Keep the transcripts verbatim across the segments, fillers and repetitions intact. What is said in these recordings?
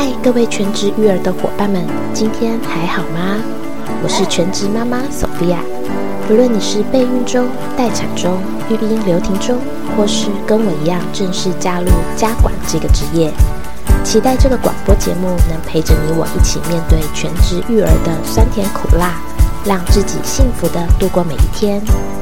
嗨，各位全职育儿的伙伴们，今天还好吗？我是全职妈妈 Sophia。不论你是备孕中、待产中、育婴留停中，或是跟我一样正式加入家管这个职业，期待这个广播节目能陪着你我一起面对全职育儿的酸甜苦辣，让自己幸福的度过每一天。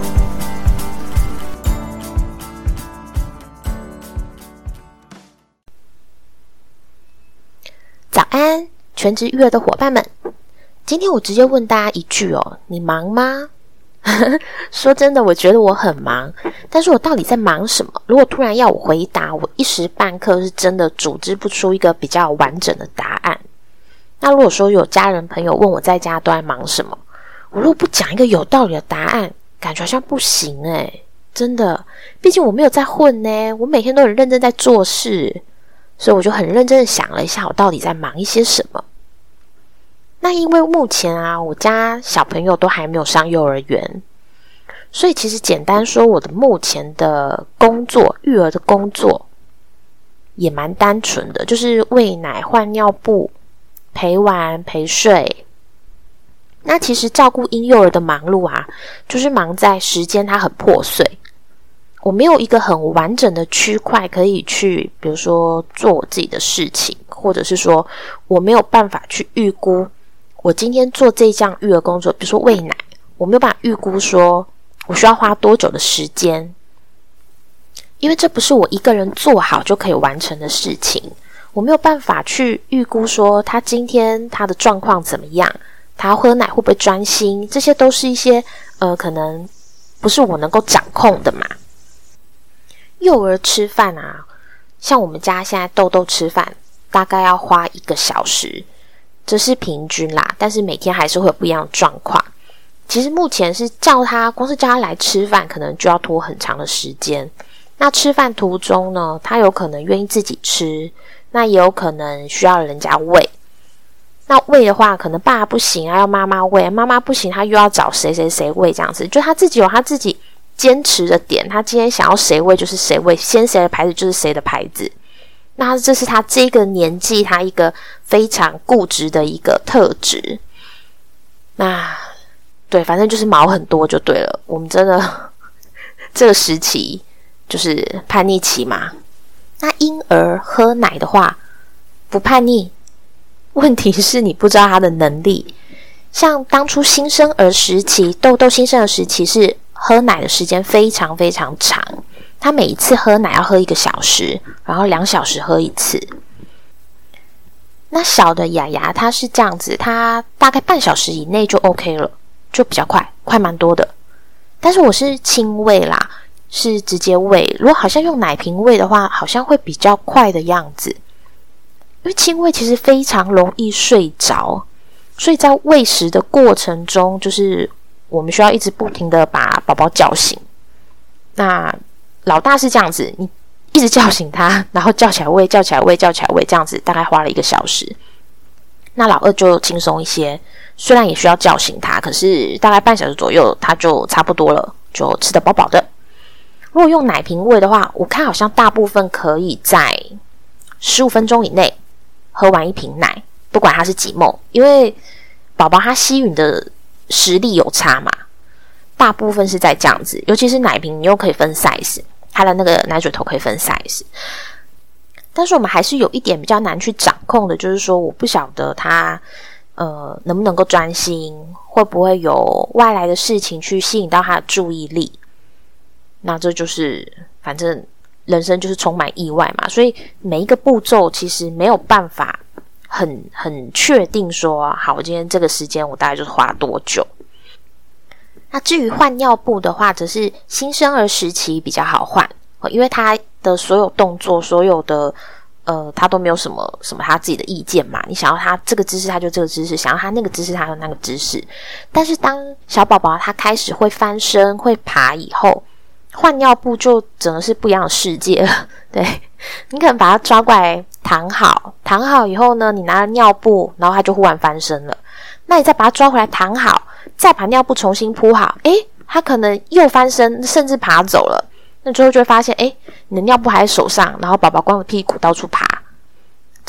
早安，全职育儿的伙伴们，今天我直接问大家一句哦，你忙吗？说真的，我觉得我很忙，但是我到底在忙什么？如果突然要我回答，我一时半刻是真的组织不出一个比较完整的答案。那如果说有家人朋友问我在家都在忙什么，我如果不讲一个有道理的答案，感觉好像不行诶，真的，毕竟我没有在混呢，我每天都很认真在做事，所以我就很认真的想了一下，我到底在忙一些什么。那因为目前啊，我家小朋友都还没有上幼儿园，所以其实简单说，我的目前的工作，育儿的工作也蛮单纯的，就是喂奶、换尿布、陪玩、陪睡。那其实照顾婴幼儿的忙碌啊，就是忙在时间它很破碎，我没有一个很完整的区块可以去，比如说做我自己的事情，或者是说我没有办法去预估我今天做这项育儿工作，比如说喂奶，我没有办法预估说我需要花多久的时间，因为这不是我一个人做好就可以完成的事情，我没有办法去预估说他今天他的状况怎么样，他喝奶会不会专心，这些都是一些呃可能不是我能够掌控的嘛。幼儿吃饭啊，像我们家现在豆豆吃饭大概要花一个小时，这是平均啦，但是每天还是会有不一样的状况。其实目前是叫他，光是叫他来吃饭可能就要拖很长的时间。那吃饭途中呢，他有可能愿意自己吃，那也有可能需要人家喂。那喂的话，可能爸不行啊，要妈妈喂，妈妈不行，他又要找谁谁谁喂，这样子，就他自己有他自己坚持的点，他今天想要谁喂就是谁喂，先谁的牌子就是谁的牌子。那这是他这个年纪他一个非常固执的一个特质。那对，反正就是毛很多就对了，我们真的这个时期就是叛逆期嘛。那婴儿喝奶的话不叛逆，问题是你不知道他的能力。像当初新生儿时期，豆豆新生儿时期是喝奶的时间非常非常长，他每一次喝奶要喝一个小时，然后两小时喝一次。那小的雅雅他是这样子，他大概半小时以内就 OK 了，就比较快，快蛮多的。但是我是亲喂啦，是直接喂，如果好像用奶瓶喂的话，好像会比较快的样子。因为亲喂其实非常容易睡着，所以在喂食的过程中，就是我们需要一直不停的把宝宝叫醒。那老大是这样子，你一直叫醒他，然后叫起来喂，叫起来喂，叫起来喂，这样子大概花了一个小时。那老二就轻松一些，虽然也需要叫醒他，可是大概半小时左右他就差不多了，就吃得饱饱的。如果用奶瓶喂的话，我看好像大部分可以在十五分钟以内喝完一瓶奶，不管它是几毫，因为宝宝他吸吮的实力有差嘛，大部分是在这样子，尤其是奶瓶你又可以分 size， 它的那个奶嘴头可以分 size。 但是我们还是有一点比较难去掌控的，就是说我不晓得他呃能不能够专心，会不会有外来的事情去吸引到他的注意力。那这就是反正人生就是充满意外嘛，所以每一个步骤其实没有办法很很确定说好，我今天这个时间我大概就是花多久。那至于换尿布的话，则是新生儿时期比较好换，因为他的所有动作，所有的呃，他都没有什么什么他自己的意见嘛。你想要他这个姿势，他就这个姿势；想要他那个姿势，他就那个姿势。但是当小宝宝他开始会翻身、会爬以后，换尿布就整个是不一样的世界了。对，你可能把他抓过来躺好，躺好以后呢，你拿了尿布，然后他就忽然翻身了。那你再把他抓回来躺好，再把尿布重新铺好，诶，他可能又翻身，甚至爬走了。那最后就会发现，诶，你的尿布还在手上，然后宝宝光着屁股到处爬。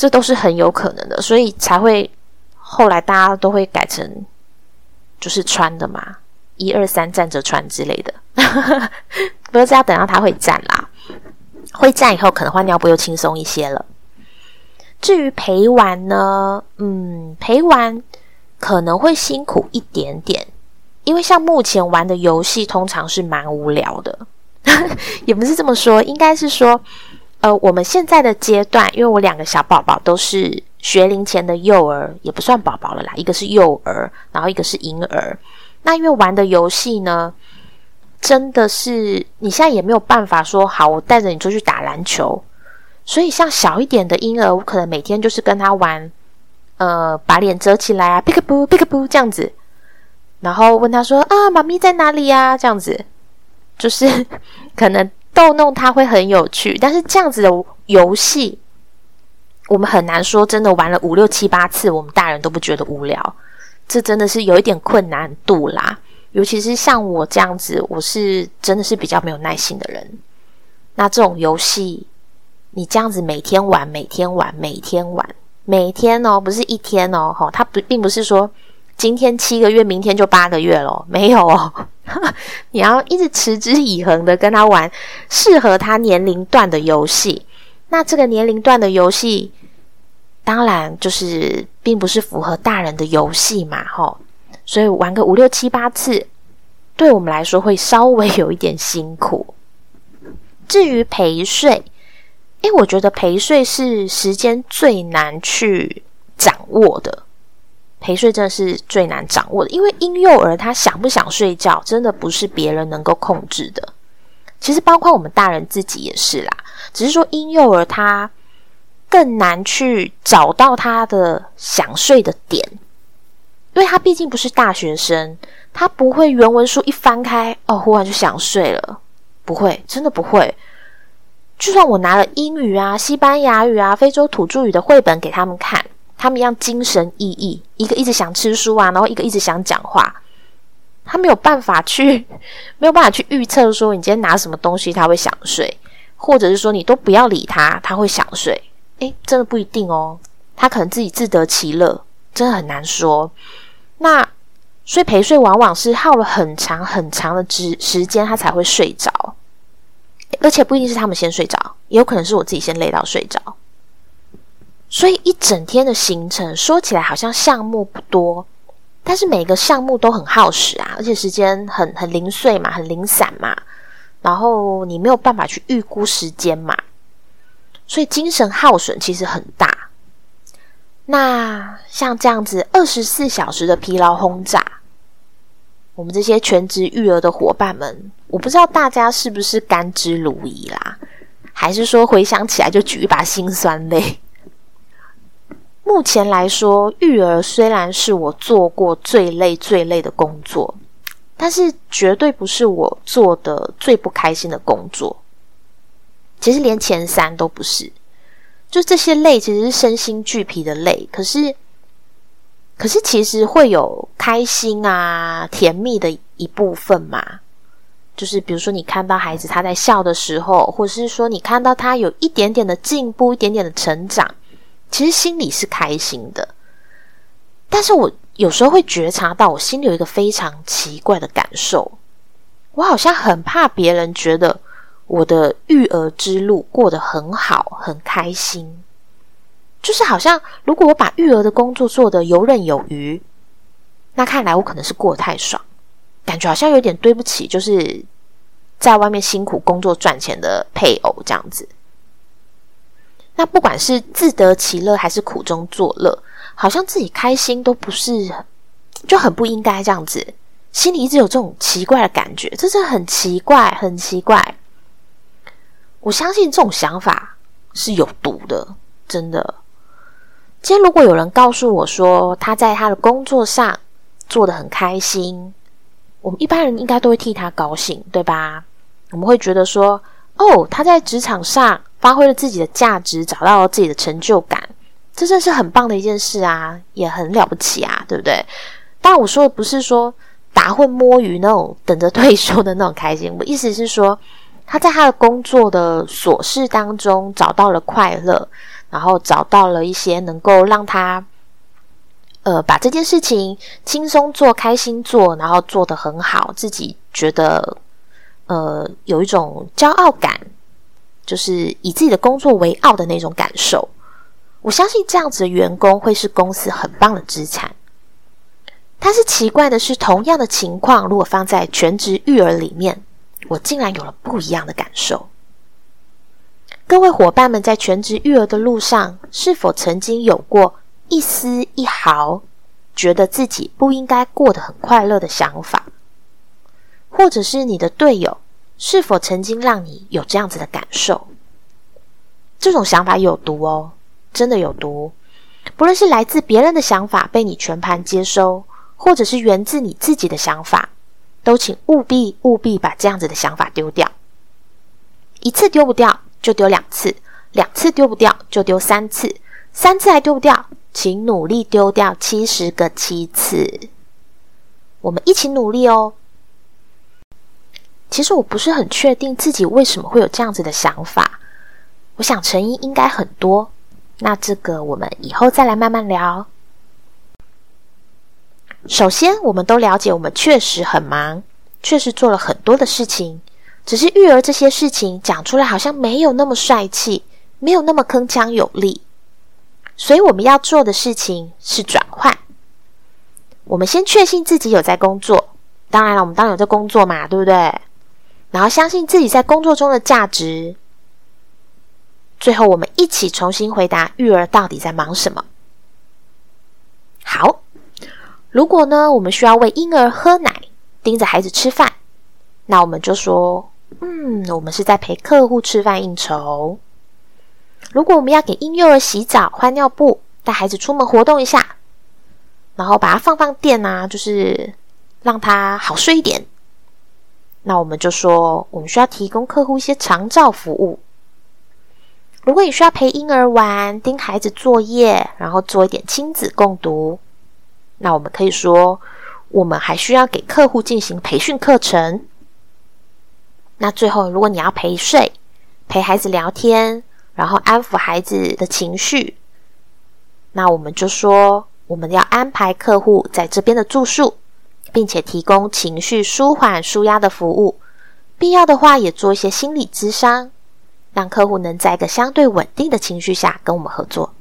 这都是很有可能的，所以才会后来大家都会改成就是穿的嘛，一二三站着穿之类的。不是要等到他会站啦，会站以后可能换尿布又轻松一些了。至于陪玩呢，嗯，陪玩可能会辛苦一点点，因为像目前玩的游戏通常是蛮无聊的。也不是这么说，应该是说呃，我们现在的阶段，因为我两个小宝宝都是学龄前的幼儿，也不算宝宝了啦，一个是幼儿，然后一个是婴儿。那因为玩的游戏呢，真的是你现在也没有办法说好我带着你出去打篮球，所以像小一点的婴儿，我可能每天就是跟他玩呃，把脸遮起来啊 peekaboo peekaboo 这样子，然后问他说啊妈咪在哪里啊，这样子就是可能逗弄他会很有趣，但是这样子的游戏我们很难说真的玩了五六七八次我们大人都不觉得无聊，这真的是有一点困难度啦。尤其是像我这样子，我是真的是比较没有耐心的人，那这种游戏你这样子每天玩每天玩每天玩每天哦，不是一天哦，齁，它不并不是说今天七个月明天就八个月咯，没有哦。你要一直持之以恒的跟他玩适合他年龄段的游戏，那这个年龄段的游戏当然就是并不是符合大人的游戏嘛，齁，所以玩个五六七八次对我们来说会稍微有一点辛苦。至于陪睡，诶，我觉得陪睡是时间最难去掌握的，陪睡真的是最难掌握的，因为婴幼儿他想不想睡觉真的不是别人能够控制的，其实包括我们大人自己也是啦，只是说婴幼儿他更难去找到他的想睡的点，因为他毕竟不是大学生，他不会原文书一翻开哦，忽然就想睡了，不会，真的不会。就算我拿了英语啊、西班牙语啊、非洲土著语的绘本给他们看，他们一样精神奕奕，一个一直想吃书啊，然后一个一直想讲话，他没有办法去没有办法去预测说你今天拿什么东西他会想睡，或者是说你都不要理他他会想睡，诶，真的不一定哦，他可能自己自得其乐，真的很难说。那所以陪睡往往是耗了很长很长的时间他才会睡着，而且不一定是他们先睡着，也有可能是我自己先累到睡着。所以一整天的行程说起来好像项目不多，但是每个项目都很耗时啊，而且时间很很零碎嘛，很零散嘛，然后你没有办法去预估时间嘛，所以精神耗损其实很大。那像这样子二十四小时的疲劳轰炸，我们这些全职育儿的伙伴们，我不知道大家是不是甘之如饴啦，还是说回想起来就举一把辛酸泪。目前来说，育儿虽然是我做过最累最累的工作，但是绝对不是我做的最不开心的工作，其实连前三都不是。就这些累其实是身心俱疲的累，可是可是其实会有开心啊甜蜜的一部分嘛，就是比如说你看到孩子他在笑的时候，或是说你看到他有一点点的进步，一点点的成长，其实心里是开心的。但是我有时候会觉察到我心里有一个非常奇怪的感受，我好像很怕别人觉得我的育儿之路过得很好很开心，就是好像如果我把育儿的工作做得游刃有余，那看来我可能是过得太爽，感觉好像有点对不起就是在外面辛苦工作赚钱的配偶这样子。那不管是自得其乐还是苦中作乐，好像自己开心都不是，就很不应该这样子，心里一直有这种奇怪的感觉，这是很奇怪很奇怪。我相信这种想法是有毒的，真的。今天如果有人告诉我说他在他的工作上做得很开心，我们一般人应该都会替他高兴，对吧？我们会觉得说，哦，他在职场上发挥了自己的价值，找到了自己的成就感，这真是很棒的一件事啊，也很了不起啊，对不对？当然我说的不是说打混摸鱼那种等着退休的那种开心，我意思是说他在他的工作的琐事当中找到了快乐， 然后找到了一些能够让他呃把这件事情轻松做、开心做，然后做得很好，自己觉得呃有一种骄傲感，就是以自己的工作为傲的那种感受。我相信这样子的员工会是公司很棒的资产。但是奇怪的是，同样的情况如果放在全职育儿里面，我竟然有了不一样的感受。各位伙伴们在全职育儿的路上，是否曾经有过一丝一毫觉得自己不应该过得很快乐的想法？或者是你的队友是否曾经让你有这样子的感受？这种想法有毒哦，真的有毒。不论是来自别人的想法被你全盘接收，或者是源自你自己的想法，都请务必务必把这样子的想法丢掉。一次丢不掉就丢两次，两次丢不掉就丢三次，三次还丢不掉，请努力丢掉七十个七次。我们一起努力哦。其实我不是很确定自己为什么会有这样子的想法，我想成因应该很多，那这个我们以后再来慢慢聊。首先，我们都了解我们确实很忙，确实做了很多的事情，只是育儿这些事情讲出来好像没有那么帅气，没有那么铿锵有力，所以我们要做的事情是转换。我们先确信自己有在工作，当然了，我们当然有在工作嘛，对不对？然后相信自己在工作中的价值，最后我们一起重新回答育儿到底在忙什么。好，如果呢，我们需要喂婴儿喝奶，盯着孩子吃饭，那我们就说，嗯，我们是在陪客户吃饭应酬。如果我们要给婴幼儿洗澡、换尿布，带孩子出门活动一下，然后把它放放电啊，就是让他好睡一点，那我们就说，我们需要提供客户一些长照服务。如果你需要陪婴儿玩、盯孩子作业，然后做一点亲子共读，那我们可以说，我们还需要给客户进行培训课程。那最后，如果你要陪睡、陪孩子聊天，然后安抚孩子的情绪，那我们就说，我们要安排客户在这边的住宿，并且提供情绪舒缓、舒压的服务，必要的话也做一些心理咨商，让客户能在一个相对稳定的情绪下跟我们合作。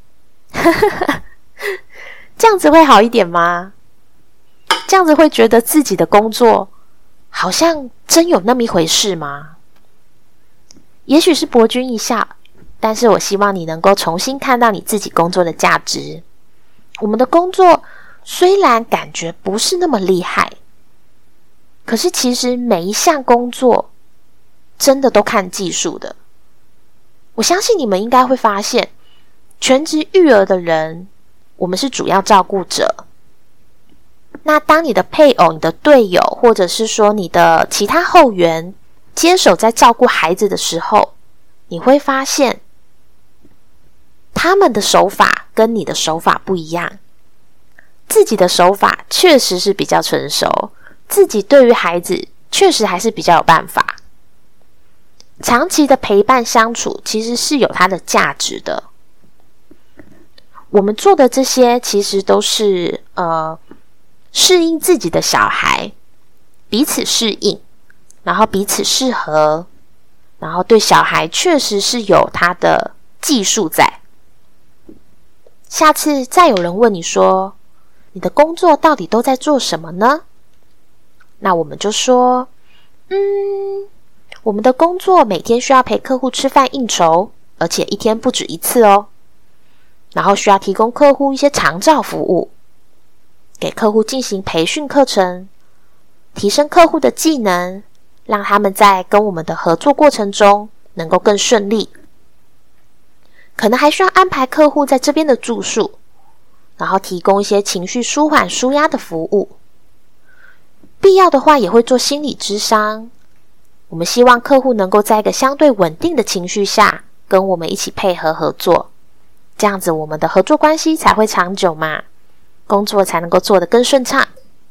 这样子会好一点吗？这样子会觉得自己的工作好像真有那么一回事吗？也许是博君一笑，但是我希望你能够重新看到你自己工作的价值。我们的工作虽然感觉不是那么厉害，可是其实每一项工作真的都看技术的。我相信你们应该会发现，全职育儿的人，我们是主要照顾者。那当你的配偶、你的队友，或者是说你的其他后援接手在照顾孩子的时候，你会发现他们的手法跟你的手法不一样。自己的手法确实是比较成熟，自己对于孩子确实还是比较有办法。长期的陪伴相处其实是有它的价值的。我们做的这些其实都是呃适应自己的小孩，彼此适应，然后彼此适合，然后对小孩确实是有他的技术在。下次再有人问你说，你的工作到底都在做什么呢？那我们就说，嗯，我们的工作每天需要陪客户吃饭应酬，而且一天不止一次哦。然后需要提供客户一些长照服务，给客户进行培训课程，提升客户的技能，让他们在跟我们的合作过程中能够更顺利。可能还需要安排客户在这边的住宿，然后提供一些情绪舒缓、舒压的服务。必要的话也会做心理咨商。我们希望客户能够在一个相对稳定的情绪下跟我们一起配合合作，这样子我们的合作关系才会长久嘛，工作才能够做得更顺畅。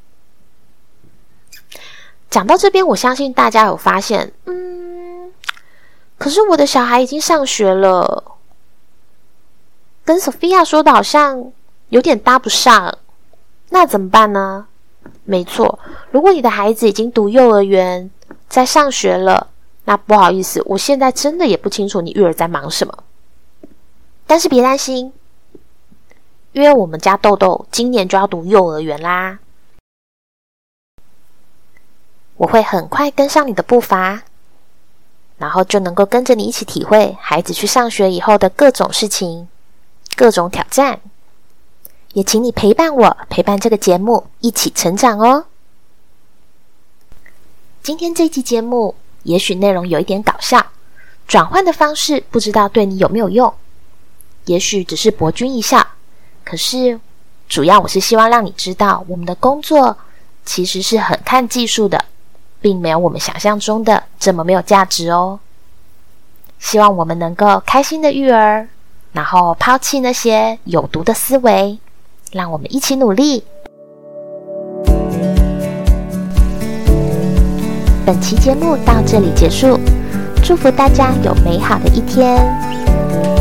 讲到这边，我相信大家有发现，嗯，可是我的小孩已经上学了， 跟 Sophia 说的好像有点搭不上，那怎么办呢？没错，如果你的孩子已经读幼儿园，在上学了，那不好意思，我现在真的也不清楚你育儿在忙什么。但是别担心，因为我们家豆豆今年就要读幼儿园啦，我会很快跟上你的步伐，然后就能够跟着你一起体会孩子去上学以后的各种事情，各种挑战。也请你陪伴我，陪伴这个节目一起成长哦。今天这期节目也许内容有一点搞笑，转换的方式不知道对你有没有用，也许只是博君一笑，可是主要我是希望让你知道，我们的工作其实是很看技术的，并没有我们想象中的这么没有价值哦。希望我们能够开心的育儿，然后抛弃那些有毒的思维，让我们一起努力。本期节目到这里结束，祝福大家有美好的一天。